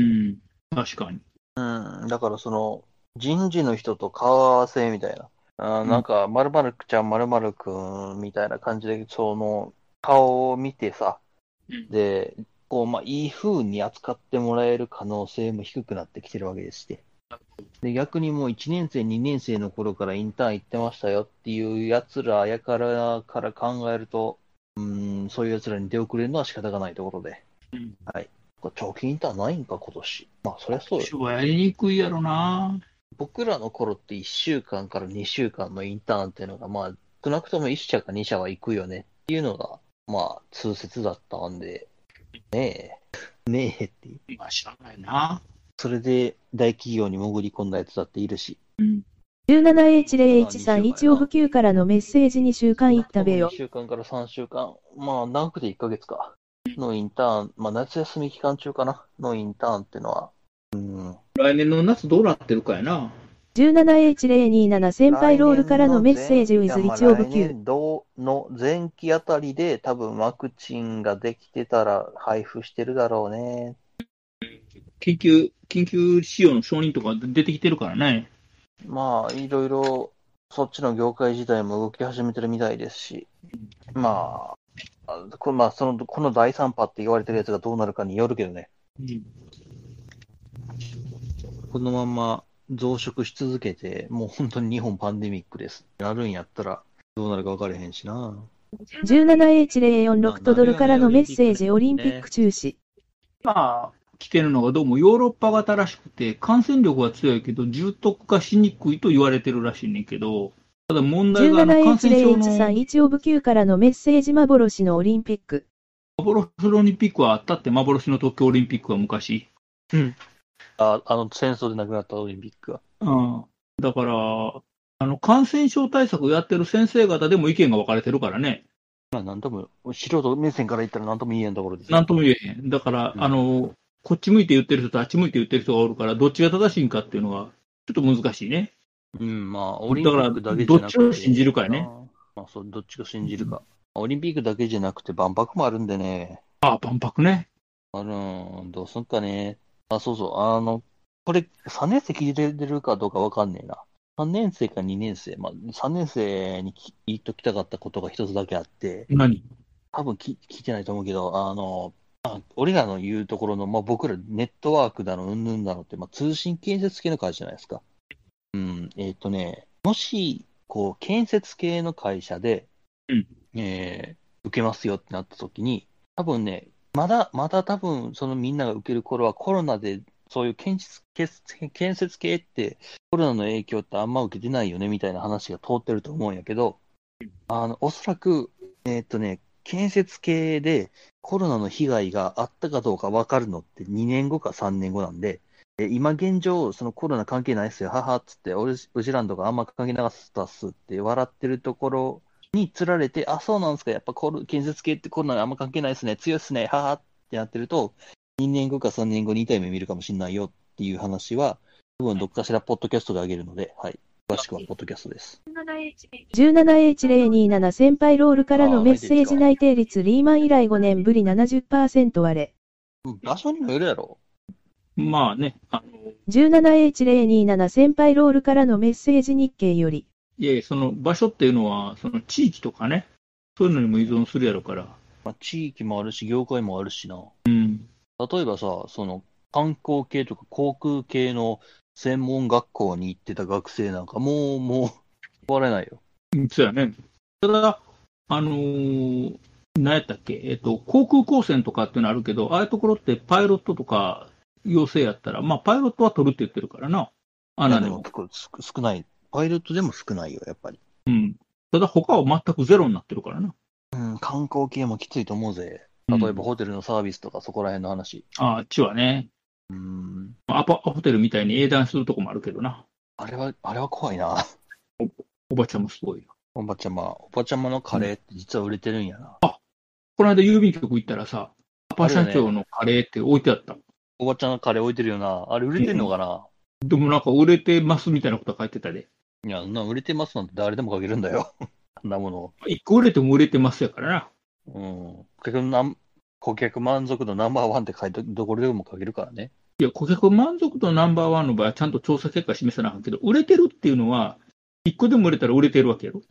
確かに。 うん、だからその、人事の人と顔合わせみたいな。なんか、〇〇ちゃん、〇〇くんみたいな感じで、その、顔を見てさ、で、こう、まあ、いい風に扱ってもらえる可能性も低くなってきてるわけでして。で、逆にもう1年生、2年生の頃からインターン行ってましたよっていう奴らやから考えると、そういう奴らに出遅れるのは仕方がないところで。はい。長期インターンないんか、今年。まあ、そりゃそうよ。 今年はやりにくいやろな。 僕らの頃って1週間から2週間のインターンっていうのが、まあ、少なくとも1社か2社は行くよねっていうのが、まあ、通説だったんで、ねえっていう。 まあ、しゃあないな。 それで大企業に潜り込んだやつだっているし。 17H0H3 応付給からのメッセージ2週間行ったべよ 2。週間から3週間、まあ、長くて1ヶ月か。のインターン、まあ、夏休み期間中かなのインターンっていうのは、 来年の夏どうなってるかやな。 17H027 先輩ロールからのメッセージ with 1応付給。 来年度の前期あたりで多分ワクチンができてたら配布してるだろうね。 緊急使用の承認とか出てきてるからね。 まあ、いろいろ、そっちの業界自体も動き始めてるみたいですし、まあ、この第3波って言われてるやつがどうなるかによるけどね。このまま増殖し続けて、もう本当に日本パンデミックです。なるんやったら、どうなるか分からへんしな。 17H046 ドルからのメッセージオリンピック中止。 まあ、来てるのがどうもヨーロッパ型らしくて、感染力は強いけど、重篤化しにくいと言われてるらしいねんけど、ただ問題が感染症の 17H0H3 応付給からのメッセージ幻のオリンピック。 幻のオリンピックはあったって、幻の東京オリンピックは昔。 戦争で亡くなったオリンピックは。 だから、感染症対策をやってる先生方でも意見が分かれてるからね。 まあ、なんとも、素人目線から言ったらなんとも言えんところです。 なんとも言えへん。だから、こっち向いて言ってる人とあっち向いて言ってる人がおるから、どっちが正しいんかっていうのは、ちょっと難しいね。 まあ、オリンピックだけじゃなくて。 どっちを信じるかやね。 まあ、どっちが信じるか。オリンピックだけじゃなくて万博もあるんでね。 万博ね。 どうすんかね。そうそう。これ、3年生聞いてるかどうかわかんねえな。3年生か2年生。まあ、3年生に言っときたかったことが一つだけあって。 何？ 多分聞いてないと思うけど、俺らの言うところの、まあ、僕らネットワークだの、うんぬんだのって、まあ、通信建設系の会社じゃないですか。もし、建設系の会社で、受けますよってなった時に、多分ね、まだ多分、そのみんなが受ける頃はコロナで、そういう建設系ってコロナの影響ってあんま受けてないよねみたいな話が通ってると思うんやけど、おそらく、建設系でコロナの被害があったかどうか分かるのって2年後か3年後なんで、今現状、そのコロナ関係ないっすよ、ははっつって、うちらんとかあんま関係なかったっすって笑ってるところにつられて、あ、そうなんですか、やっぱ建設系ってコロナあんま関係ないっすね、強いっすね、ははってなってると、2年後か3年後に痛い目見るかもしれないよっていう話は、多分どっかしらポッドキャストであげるので、はい。詳しくはポッドキャストです。 17H027 先輩ロールからのメッセージ内定率リーマン以来5年ぶり 70% 割れ。 場所にもよるやろ。 まあね。 17H027 先輩ロールからのメッセージ日経より。 いやいや、その場所っていうのは、その地域とかね、そういうのにも依存するやろから。 まあ、地域もあるし、業界もあるしな。例えばさ、その観光系とか航空系の専門学校に行ってた学生なんかもう終われないよ。 そうやね。ただ、何やったっけ、航空高専とかっていうのあるけど、ああいうところってパイロットとか要請やったら、まあパイロットは取るって言ってるからな。 でも少ない。パイロットでも少ないよ、やっぱり。 ただ他は全くゼロになってるからな。 観光系もきついと思うぜ。例えばホテルのサービスとかそこら辺の話。 あっちはね。ホテルみたいに英断するとこもあるけどな。 あれは怖いな。 おばちゃんもすごいよ。 おばちゃまのカレーって実は売れてるんやな。 この間郵便局行ったらさ、パパ社長のカレーって置いてあった。 おばちゃんのカレー置いてるよな。あれ売れてんのかな。 でもなんか売れてますみたいなこと書いてたで。 いや、売れてますなんて誰でも書けるんだよ。あんなもの。 一個売れても売れてますやからな。 うん。顧客満足度ナンバーワンって書いて、どこでも書けるからね。 いや、顧客満足度ナンバーワンの場合はちゃんと調査結果示さなあかんけど、売れてるっていうのは、一個でも売れたら売れてるわけやろ。 うん。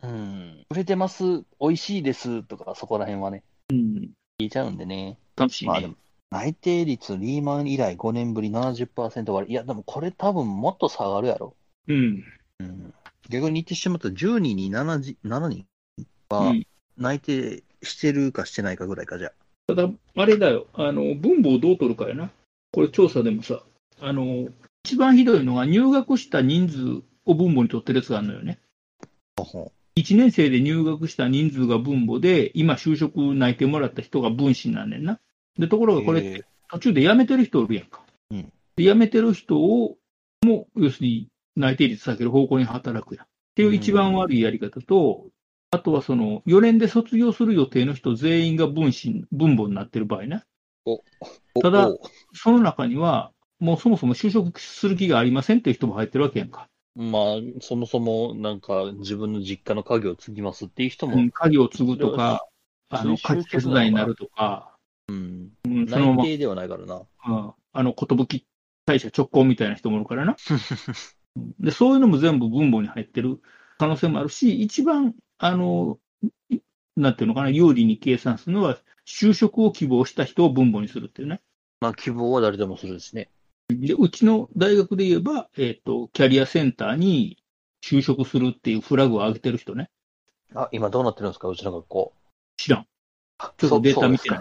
売れてます、美味しいですとか、そこら辺はね。 うん。 聞いちゃうんでね。 楽しいね。 まあでも、内定率リーマン以来5年ぶり 70% 割。いや、でもこれ多分もっと下がるやろ。 うん。 うん。逆に言ってしまったら10人に7人はうん内定してるかしてないかぐらいかじゃ。 ただ、あれだよ。分母をどう取るかやな。これ調査でもさ、一番ひどいのが入学した人数を分母に取ってるやつがあるのよね。1年生で入学した人数が分母で、今就職内定もらった人が分子になんねんな。で、ところがこれ、途中で辞めてる人おるやんか。 うん、 で辞めてる人を、もう、要するに内定率下げる方向に働くやん。っていう一番悪いやり方と、あとはその、4年で卒業する予定の人全員が分母になってる場合ね。ただ、その中には、もうそもそも就職する気がありませんっていう人も入ってるわけやんか。 まあ、そもそもなんか自分の実家の家業を継ぎますっていう人も。 家業を継ぐとか、家事手伝いになるとか、 内定ではないからな。 寿大社直行みたいな人もいるからな。で、そういうのも全部分母に入ってる可能性もあるし、一番、なんていうのかな、有利に計算するのは、就職を希望した人を分母にするっていうね。 まあ、希望は誰でもするですね。 で、うちの大学で言えば、キャリアセンターに就職するっていうフラグを上げてる人ね。 あ、今どうなってるんですか、うちの学校。 知らん。ちょっとデータ見てない。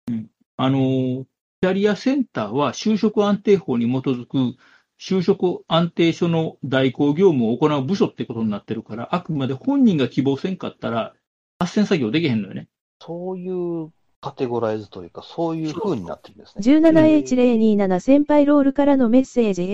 キャリアセンターは就職安定法に基づく就職安定所の代行業務を行う部署ってことになってるから、あくまで本人が希望せんかったら、斡旋作業できへんのよね。 そういうカテゴライズというか、そういう風になってるんですね。 17H027 先輩ロールからのメッセージ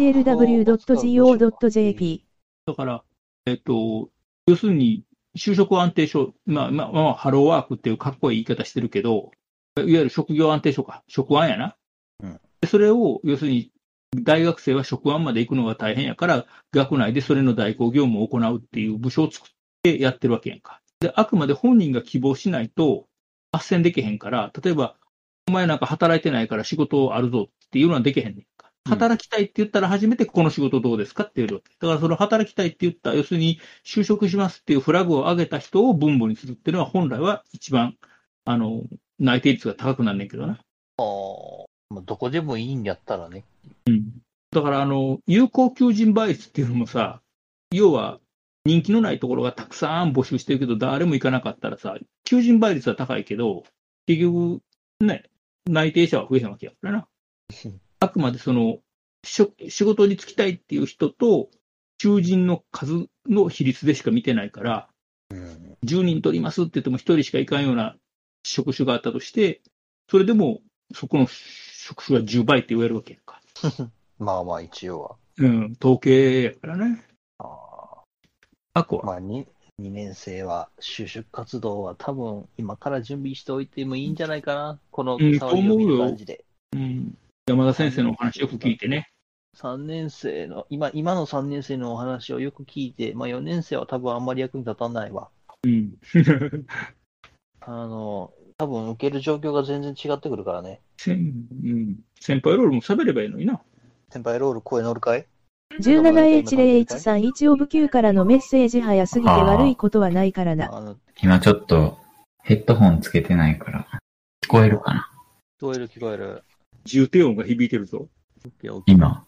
mhlw.go.jp。 だから、要するに、就職安定所、ハローワークっていうかっこいい言い方してるけど、いわゆる職業安定所か、職安やな。でそれを、要するに、大学生は職安まで行くのが大変やから、学内でそれの代行業務を行うっていう部署を作ってやってるわけやんか。で、あくまで本人が希望しないと、斡旋できへんから、例えば、お前なんか働いてないから仕事あるぞっていうのはできへんねんか。働きたいって言ったら初めてこの仕事どうですかっていうわけ。だからその働きたいって言った、要するに就職しますっていうフラグを上げた人を分母にするっていうのは本来は一番、内定率が高くなんねんけどな。 どこでもいいんやったらね。 だから有効求人倍率っていうのもさ、要は人気のないところがたくさん募集してるけど、誰も行かなかったらさ、求人倍率は高いけど、結局ね、内定者は増えへんわけやからな。あくまでその、仕事に就きたいっていう人と、求人の数の比率でしか見てないから、10人取りますって言っても1人しか行かんような職種があったとして、それでもそこの職種が10倍って言えるわけやんか。 まあまあ一応は。 統計やからね。あこは。 まあ2年生は就職活動は多分今から準備しておいてもいいんじゃないかな。この騒ぎを見る感じで。 山田先生のお話よく聞いてね。 3年生の、今の3年生のお話をよく聞いて、まあ4年生は多分あんまり役に立たないわ。多分受ける状況が全然違ってくるからね。 先輩ロールも喋ればいいのにな。 先輩ロール声乗るかい？ 17H0H31 オブ Q からのメッセージ早すぎて悪いことはないからな。 今ちょっとヘッドホンつけてないから聞こえるかな？ 聞こえる。 重低音が響いてるぞ。 今。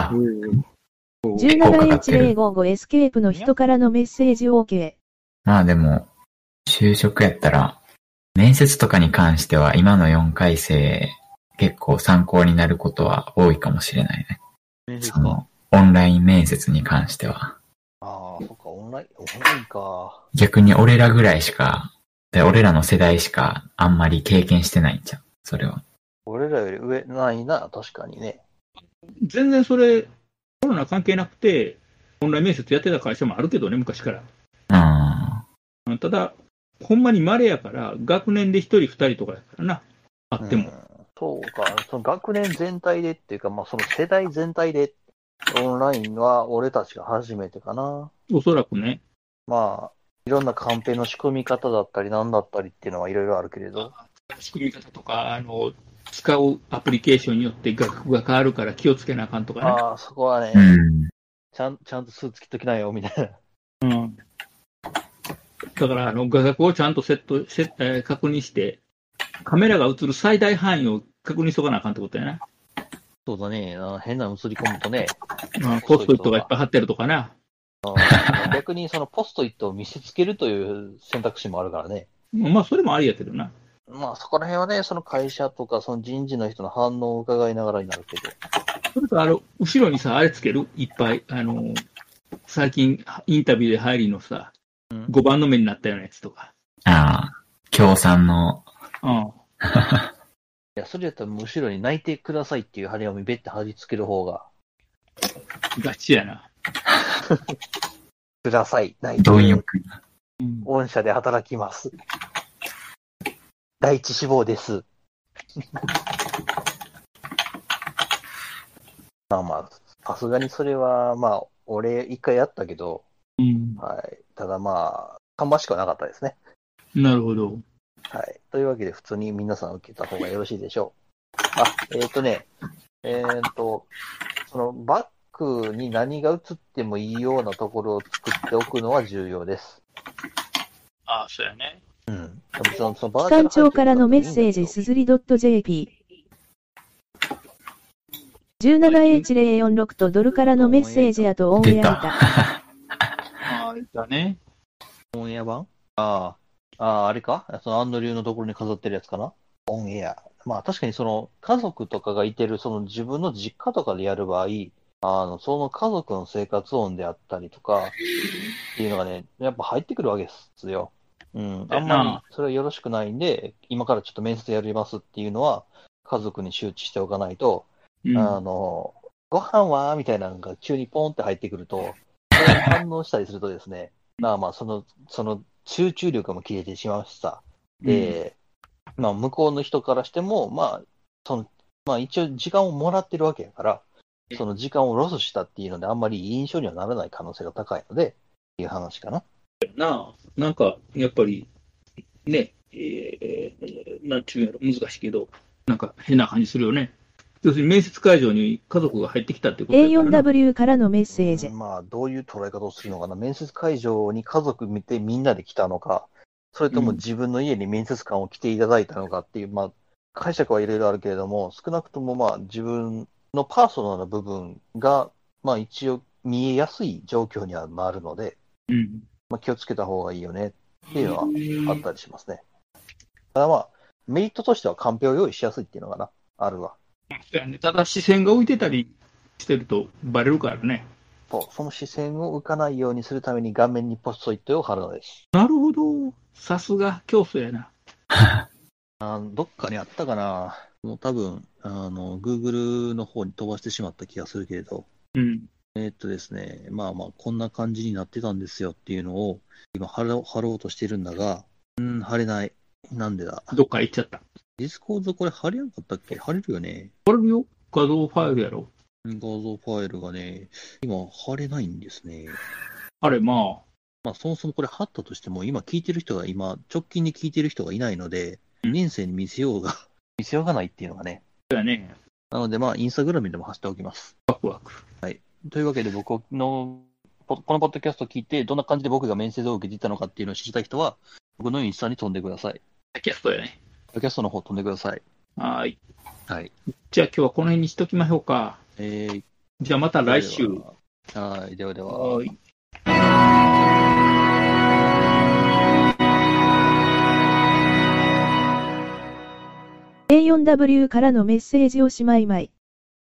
17H055 エスケープの人からのメッセージ OK。 まあでも、就職やったら、面接とかに関しては今の4回生結構参考になることは多いかもしれないね。そのオンライン面接に関しては。 そっか、オンラインか。 逆に俺らぐらいしか、俺らの世代しかあんまり経験してないんじゃん、それは。 俺らより上ないな、確かにね。 全然それ、コロナ関係なくて、オンライン面接やってた会社もあるけどね、昔から。ただ、ほんまに稀やから、学年で1人2人とかやからな、あっても。 そうか、その学年全体でっていうか、まあその世代全体でオンラインは俺たちが初めてかな。 おそらくね。 まあ、いろんなカンペの仕組み方だったりなんだったりっていうのはいろいろあるけれど。 仕組み方とか、使うアプリケーションによって画角が変わるから気をつけなあかんとかね。 ああ、そこはね、ちゃんとスーツ着っときなよ、みたいな。 うん。だから、画角をちゃんと確認して、カメラが映る最大範囲を確認しとかなあかんってことやな。 そうだね。変なの映り込むとね。 ポストイットがいっぱい貼ってるとかな。 逆にそのポストイットを見せつけるという選択肢もあるからね。 まあ、それもありやけどな。 まあ、そこら辺はね、その会社とか、その人事の人の反応を伺いながらになるけど。 それと、後ろにさ、あれつけるいっぱい。最近、インタビューで入りのさ、5番の目になったようなやつとか。 ああ、協賛の。 うん。 いや、それやったら後ろに泣いてくださいっていう張り紙べって貼り付ける方が。 ガチやな。 ください。泣いて。 貪欲。 御社で働きます。第一志望です。まあ、さすがにそれは、まあ、俺一回やったけど、はい。ただまあ、芳しくはなかったですね。 なるほど。 はい。というわけで、普通に皆さん受けた方がよろしいでしょう。そのバックに何が映ってもいいようなところを作っておくのは重要です。 ああ、そうやね。 うん。 機関長からのメッセージ、すずり .jp。17H046 とドルからのメッセージやとオンエアいた。 ああ、いたね。 オンエア版？あれか？そのアンドリューのところに飾ってるやつかな？オンエア。まあ確かにその家族とかがいてるその自分の実家とかでやる場合、その家族の生活音であったりとかっていうのがね、やっぱ入ってくるわけですよ。うん。あんまりそれはよろしくないんで、今からちょっと面接やりますっていうのは家族に周知しておかないと、ご飯はみたいなのが急にポンって入ってくると、それに反応したりするとですね、まあその集中力も切れてしまうしさ。で、まあ向こうの人からしても、まあ一応時間をもらってるわけやから、その時間をロスしたっていうのであんまりいい印象にはならない可能性が高いので、っていう話かな。 なんか、やっぱり、ね、なんちゅうやろ、難しいけど、なんか変な感じするよね。要するに面接会場に家族が入ってきたってことだからな。 A4W からのメッセージ。 まあ、どういう捉え方をするのかな。面接会場に家族見てみんなで来たのか、それとも自分の家に面接官を来ていただいたのかっていう、まあ、解釈はいろいろあるけれども、少なくともまあ、自分のパーソナルな部分が、まあ一応見えやすい状況にはなるので、まあ、気をつけた方がいいよねっていうのはあったりしますね。ただまあ、メリットとしてはカンペを用意しやすいっていうのがな、あるわ。 ただ視線が浮いてたりしてるとバレるからね。 その視線を浮かないようにするために顔面にポストイットを貼るのです。 なるほど。さすが教祖やな。 どっかにあったかな。もう多分、Google の方に飛ばしてしまった気がするけれど。ですね、まあまあ、こんな感じになってたんですよっていうのを、今貼ろうとしてるんだが、貼れない。なんでだ。 どっか行っちゃった。 ディスコードこれ貼れなかったっけ？貼れるよね。 貼れるよ。画像ファイルやろ。 画像ファイルがね、今貼れないんですね。 あれ、まあ、そもそもこれ貼ったとしても、今聞いてる人が直近で聞いてる人がいないので、2年生に見せようがないっていうのがね。 そうやね。 なので、まあ、インスタグラムでも貼っておきます。 ワクワク。 はい。というわけで、このポッドキャストを聞いて、どんな感じで僕が面接を受けていたのかっていうのを知りたい人は、僕のインスタに飛んでください。 キャストやね。 キャストの方飛んでください。 はい。 はい。 じゃあ今日はこの辺にしときましょうか。じゃあまた来週。 はい。ではでは。はい。 A4W からのメッセージをしまいまい。